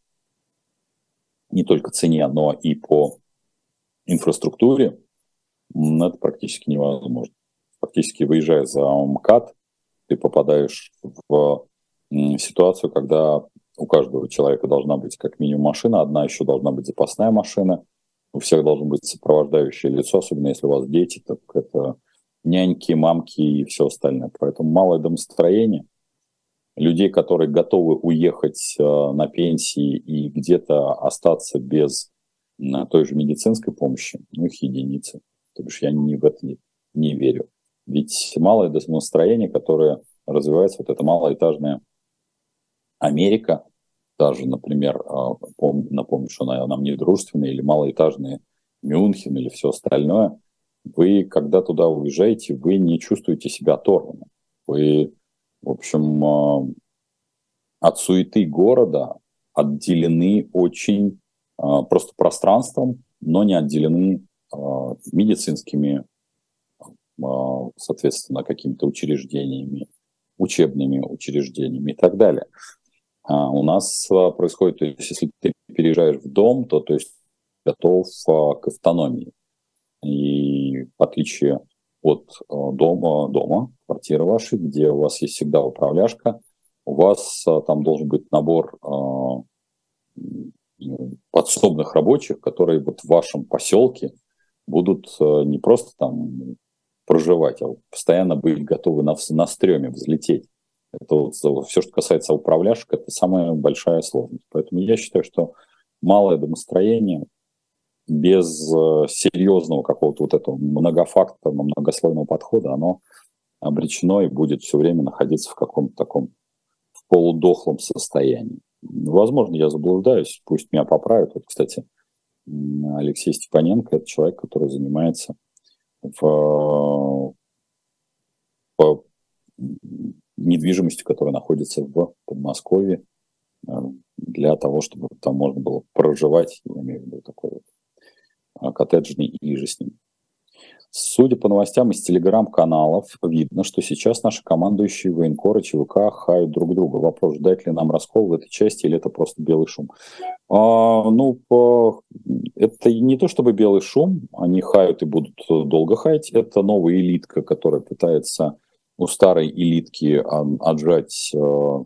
Speaker 1: не только цене, но и по инфраструктуре, это практически невозможно. Фактически, выезжая за МКАД, ты попадаешь в ситуацию, когда у каждого человека должна быть как минимум машина, одна еще должна быть запасная машина, у всех должно быть сопровождающее лицо, особенно если у вас дети, так это няньки, мамки и все остальное. Поэтому малое домостроение, людей, которые готовы уехать э, на пенсии и где-то остаться без э, той же медицинской помощи, ну их единицы. То бишь я не в это не, не верю. Ведь малое домостроение, которое развивается, вот эта малоэтажная Америка, даже, например, напомню, что она нам не дружественная, или малоэтажные Мюнхен, или все остальное, вы, когда туда уезжаете, вы не чувствуете себя оторванным. Вы, в общем, от суеты города отделены очень просто пространством, но не отделены медицинскими, соответственно, какими-то учреждениями, учебными учреждениями и так далее. А у нас происходит, то есть, если ты переезжаешь в дом, то, то есть готов к автономии. И в отличие от дома, дома, квартиры вашей, где у вас есть всегда управляшка, у вас там должен быть набор подсобных рабочих, которые вот в вашем поселке будут не просто там проживать, а постоянно быть готовы на, на стреме взлететь. Это вот все, что касается управляшек, это самая большая сложность. Поэтому я считаю, что малое домостроение без серьезного какого-то вот этого многофакторного, многослойного подхода, оно обречено и будет все время находиться в каком-то таком полудохлом состоянии. Возможно, я заблуждаюсь, пусть меня поправят. Вот, кстати, Алексей Степаненко – это человек, который занимается в, в недвижимостью, которая находится в Подмосковье, для того, чтобы там можно было проживать, я имею в виду такой вот коттеджный и же с ним. Судя по новостям из телеграм-каналов, видно, что сейчас наши командующие военкоры ЧВК хают друг друга. Вопрос, ждать ли нам раскол в этой части или это просто белый шум? А, ну, по... это не то чтобы белый шум, они хают и будут долго хаять. Это новая элитка, которая пытается у старой элитки отжать э,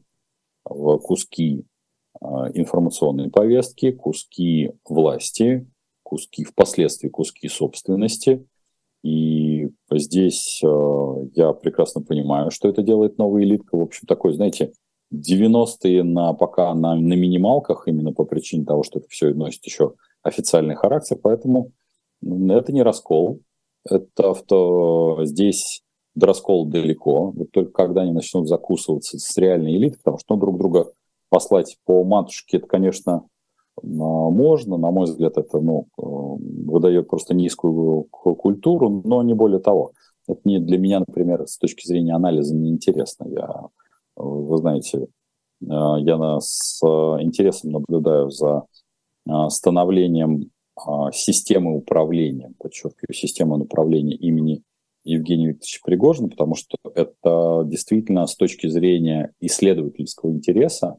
Speaker 1: куски э, информационной повестки, куски власти, куски, впоследствии куски собственности. И здесь э, я прекрасно понимаю, что это делает новая элитка. В общем, такой, знаете, девяностые на, пока на, на минималках, именно по причине того, что это все носит еще официальный характер. Поэтому это не раскол. Это авто, здесь до раскола далеко. Вот только когда они начнут закусываться с реальной элитой, потому что ну, друг друга послать по матушке, это, конечно, можно, на мой взгляд, это ну, выдает просто низкую культуру, но не более того. Это не, для меня, например, с точки зрения анализа неинтересно. Я, вы знаете, я с интересом наблюдаю за становлением системы управления, подчеркиваю, системы управления имени Евгения Викторовича Пригожина, потому что это действительно с точки зрения исследовательского интереса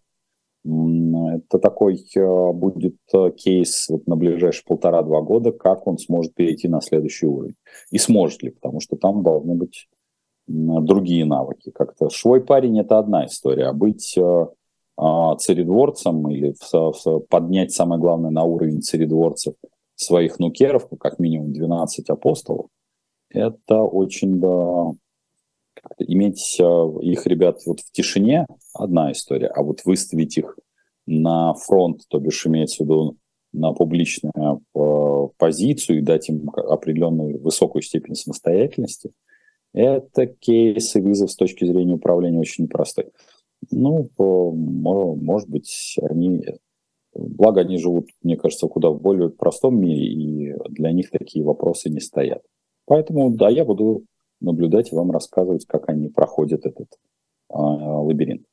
Speaker 1: это такой будет кейс вот на ближайшие полтора-два года, как он сможет перейти на следующий уровень. И сможет ли, потому что там должны быть другие навыки. Как-то швой парень – это одна история, а быть царедворцем или поднять, самое главное, на уровень царедворцев своих нукеров, как минимум двенадцать апостолов, это очень, да, иметь их, ребят, вот в тишине – одна история, а вот выставить их на фронт, то бишь имеется в виду на публичное позицию и дать им определенную высокую степень самостоятельности, это кейс и вызов с точки зрения управления очень непростой. Ну, может быть, они... Благо, они живут, мне кажется, куда в более простом мире, и для них такие вопросы не стоят. Поэтому, да, я буду наблюдать и вам рассказывать, как они проходят этот э, лабиринт.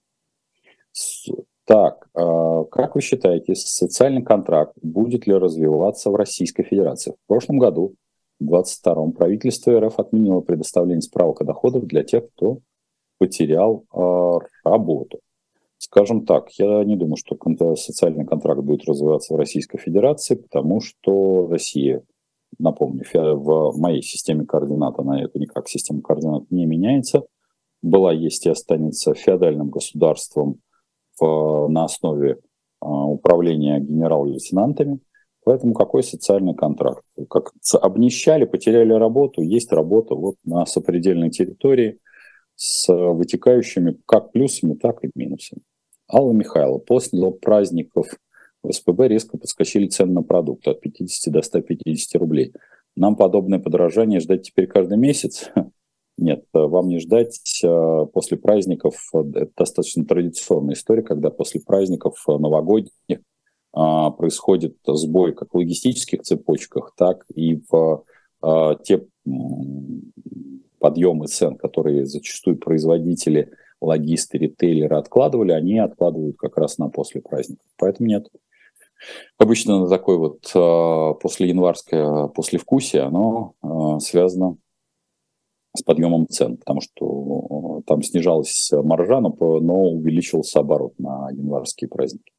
Speaker 1: Так, э, как вы считаете, социальный контракт будет ли развиваться в Российской Федерации? В прошлом году, в двадцать втором, правительство РФ отменило предоставление справок о доходах для тех, кто потерял э, работу. Скажем так, я не думаю, что социальный контракт будет развиваться в Российской Федерации, потому что Россия, напомню, в моей системе координат, она это никак система координат не меняется, была, есть и останется феодальным государством в, на основе а, управления генерал-лейтенантами. Поэтому какой социальный контракт? Как обнищали, потеряли работу, есть работа вот на сопредельной территории с вытекающими как плюсами, так и минусами. Алла Михайлова. После праздников в СПБ резко подскочили цены на продукты от пятидесяти до ста пятидесяти рублей. Нам подобное подорожание ждать теперь каждый месяц? Нет, вам не ждать. После праздников, это достаточно традиционная история, когда после праздников новогодних происходит сбой как в логистических цепочках, так и в те подъемы цен, которые зачастую производители, логисты, ритейлеры откладывали, они откладывают как раз на после праздников. Поэтому нет. Обычно такое вот послеянварское послевкусие, оно связано с подъемом цен, потому что там снижалась маржа, но, но увеличился оборот на январские праздники.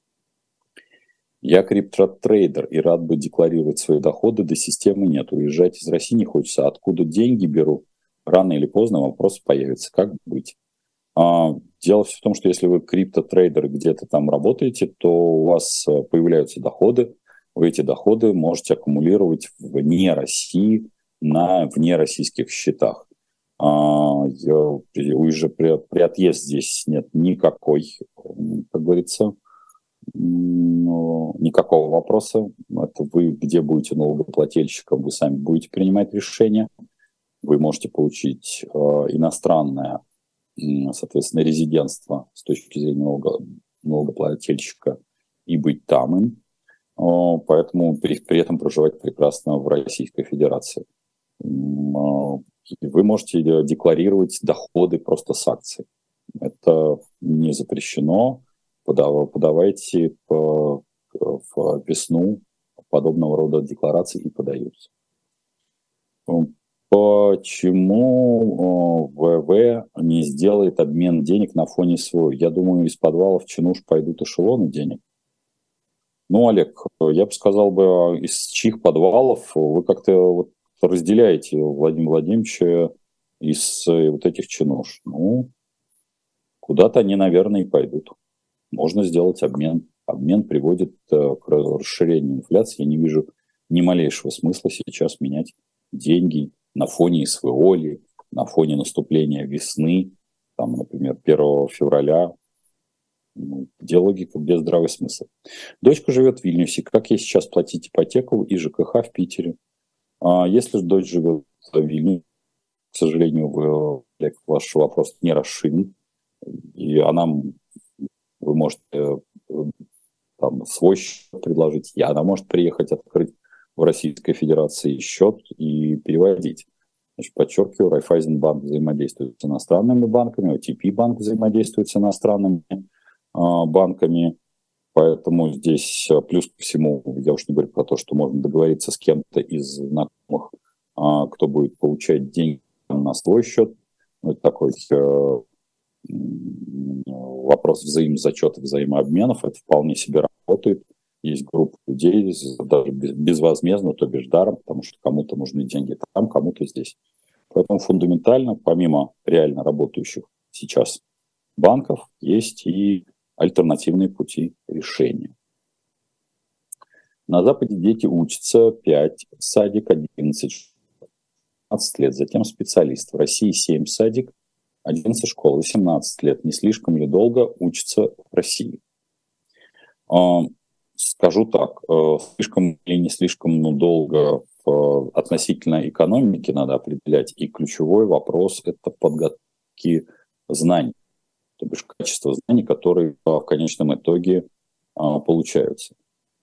Speaker 1: Я криптотрейдер и рад бы декларировать свои доходы, до системы нет. Уезжать из России не хочется. Откуда деньги беру? Рано или поздно вопрос появится. Как быть? А, дело все в том, что если вы криптотрейдер где-то там работаете, то у вас появляются доходы. Вы эти доходы можете аккумулировать вне России на внероссийских счетах. А, я, уже при, при отъезде здесь нет никакой, как говорится, никакого вопроса. Это вы где будете налогоплательщиком, вы сами будете принимать решение. Вы можете получить э, иностранное, соответственно, резидентство с точки зрения налого, налогоплательщика и быть там им. Э, поэтому при, при этом проживать прекрасно в Российской Федерации. Э, вы можете декларировать доходы просто с акций. Это не запрещено. Подавайте в весну подобного рода декларации и подаются. Почему ВВ не сделает обмен денег на фоне СВО? Я думаю, из подвалов чинуш пойдут эшелоны денег. Ну, Олег, я бы сказал бы, из чьих подвалов вы как-то вот разделяете Владимира Владимировича из вот этих чинуш? Ну, куда-то они, наверное, и пойдут. Можно сделать обмен. Обмен приводит к расширению инфляции. Я не вижу ни малейшего смысла сейчас менять деньги на фоне СВО, на фоне наступления весны, там, например, первого февраля. Ну, где логика, где здравый смысл? Дочка живет в Вильнюсе. Как ей сейчас платить ипотеку и ЖКХ в Питере? А если же дочь живет в Вильнюсе, к сожалению, вы, Олег, ваш вопрос не расширен, и она... Вы можете там свой счет предложить, и она может приехать открыть в Российской Федерации счет и переводить. Значит, подчеркиваю, Райффайзенбанк взаимодействует с иностранными банками, о ти пи банк взаимодействует с иностранными а, банками, поэтому здесь плюс ко всему, я уж не говорю про то, что можно договориться с кем-то из знакомых, а, кто будет получать деньги на свой счет. Это такой вопрос взаимозачета, взаимообменов, это вполне себе работает. Есть группа людей, даже безвозмездно, то бишь даром, потому что кому-то нужны деньги там, кому-то здесь. Поэтому фундаментально, помимо реально работающих сейчас банков, есть и альтернативные пути решения. На Западе дети учатся пять, садик одиннадцать, шестнадцать лет, затем специалист. В России семь, садик, одиннадцать школ, восемнадцать лет. Не слишком ли долго учатся в России? Скажу так, э, слишком или не слишком, ну, долго э, относительно экономики надо определять. И ключевой вопрос – это подготовки знаний, то бишь качество знаний, которые э, в конечном итоге э, получаются.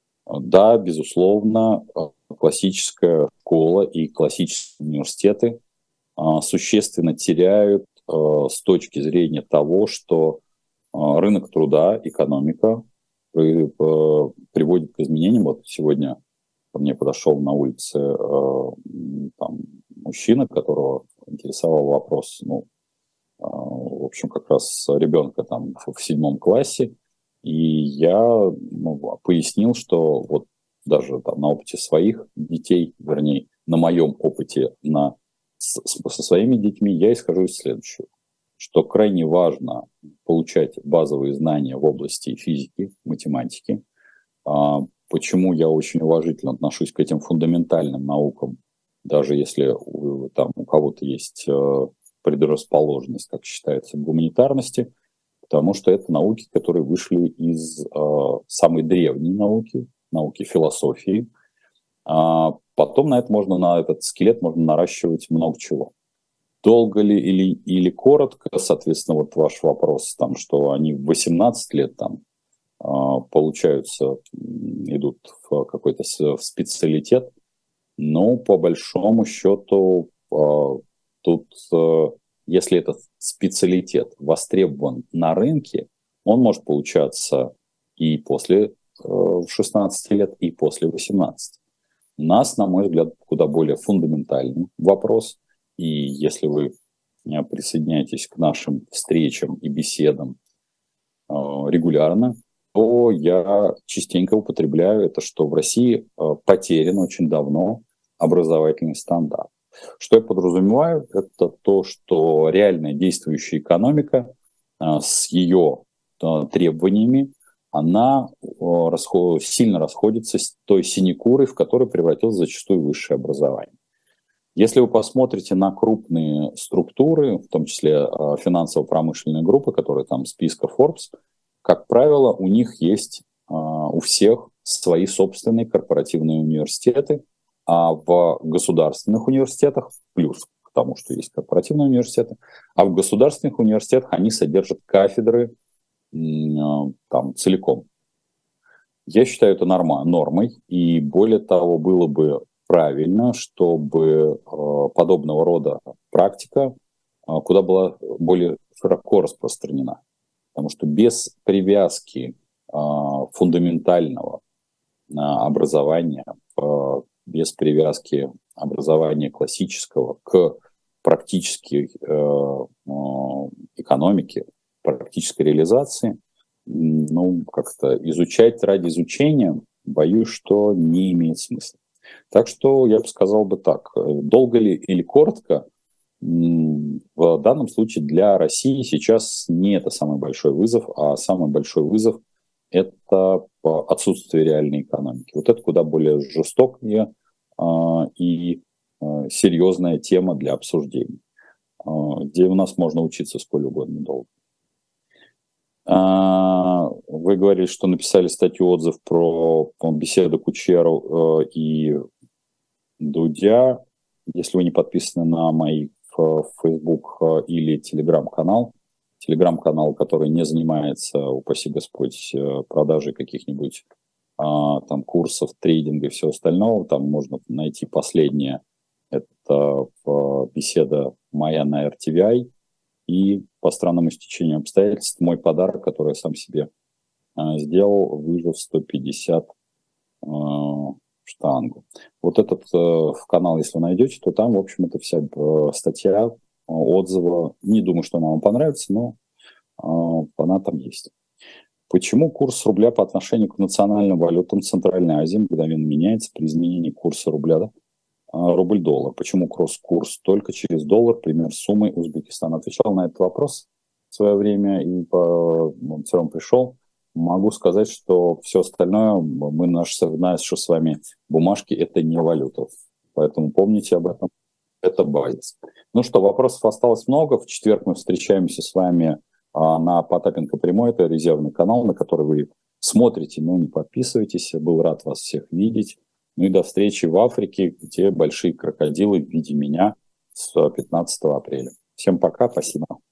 Speaker 1: Да, безусловно, э, классическая школа и классические университеты э, существенно теряют э, с точки зрения того, что э, рынок труда, экономика при- э, приводит к изменениям. Вот сегодня ко мне подошел на улице э, м, там, мужчина, которого интересовал вопрос, ну, э, в общем, как раз ребенка там в, в седьмом классе, и я, ну, пояснил, что вот даже там на опыте своих детей, вернее, на моем опыте на, с- с- со своими детьми, я исхожу из следующего, что крайне важно получать базовые знания в области физики, математики. А, Почему я очень уважительно отношусь к этим фундаментальным наукам, даже если у, там, у кого-то есть э, предрасположенность, как считается, к гуманитарности, потому что это науки, которые вышли из э, самой древней науки, науки философии. А потом на это можно, на этот скелет можно наращивать много чего. Долго ли или, или коротко, соответственно, вот ваш вопрос, там, что они в восемнадцать лет там а, получаются, идут в какой-то в специалитет, но по большому счету а, тут, а, если этот специалитет востребован на рынке, он может получаться и после а, шестнадцати лет, и после восемнадцати. У нас, на мой взгляд, куда более фундаментальный вопрос, и если вы а, присоединяетесь к нашим встречам и беседам а, регулярно, то я частенько употребляю это, что в России э, потерян очень давно образовательный стандарт. Что я подразумеваю? Это то, что реальная действующая экономика э, с ее э, требованиями, она э, расход, сильно расходится с той синекурой, в которой превратилось зачастую высшее образование. Если вы посмотрите на крупные структуры, в том числе э, финансово-промышленные группы, которые там списка Forbes, как правило, у них есть э, у всех свои собственные корпоративные университеты, а в государственных университетах, плюс к тому, что есть корпоративные университеты, а в государственных университетах они содержат кафедры э, там целиком. Я считаю это норма, нормой, и более того, было бы правильно, чтобы э, подобного рода практика э, куда была более широко распространена. Потому что без привязки э, фундаментального э, образования, э, без привязки образования классического к практической э, э, экономике, практической реализации, ну, как-то изучать ради изучения, боюсь, что не имеет смысла. Так что я бы сказал бы так, долго ли или коротко, в данном случае для России сейчас не это самый большой вызов, а самый большой вызов – это отсутствие реальной экономики. Вот это куда более жестокая и серьезная тема для обсуждений, где у нас можно учиться сколь угодно долго. Вы говорили, что написали статью, отзыв про беседу Кучеру и Дудя. Если вы не подписаны на мой Facebook или Telegram-канал, Telegram-канал, который не занимается, упаси Господь, продажей каких-нибудь там курсов, трейдинга и всего остального, там можно найти последнее. Это беседа моя на эр ти ви ай. И по странному стечению обстоятельств мой подарок, который я сам себе э, сделал, выжив сто пятьдесят э, штангу. Вот этот э, канал, если вы найдете, то там, в общем, это вся э, статья, э, отзыва. Не думаю, что она вам понравится, но э, она там есть. Почему курс рубля по отношению к национальным валютам Центральной Азии мгновенно меняется при изменении курса рубля? Да? Рубль-доллар. Почему кросс-курс только через доллар, пример суммы Узбекистан? Отвечал на этот вопрос в свое время и по ну, все равно пришел. Могу сказать, что все остальное, мы наши, наши с вами бумажки, это не валюта. Поэтому помните об этом. Это базис. Ну что, вопросов осталось много. В четверг мы встречаемся с вами а, на Потапенко прямой. Это резервный канал, на который вы смотрите, но не подписывайтесь. Я был рад вас всех видеть. Ну и до встречи в Африке, где большие крокодилы в виде меня с пятнадцатого апреля. Всем пока, спасибо.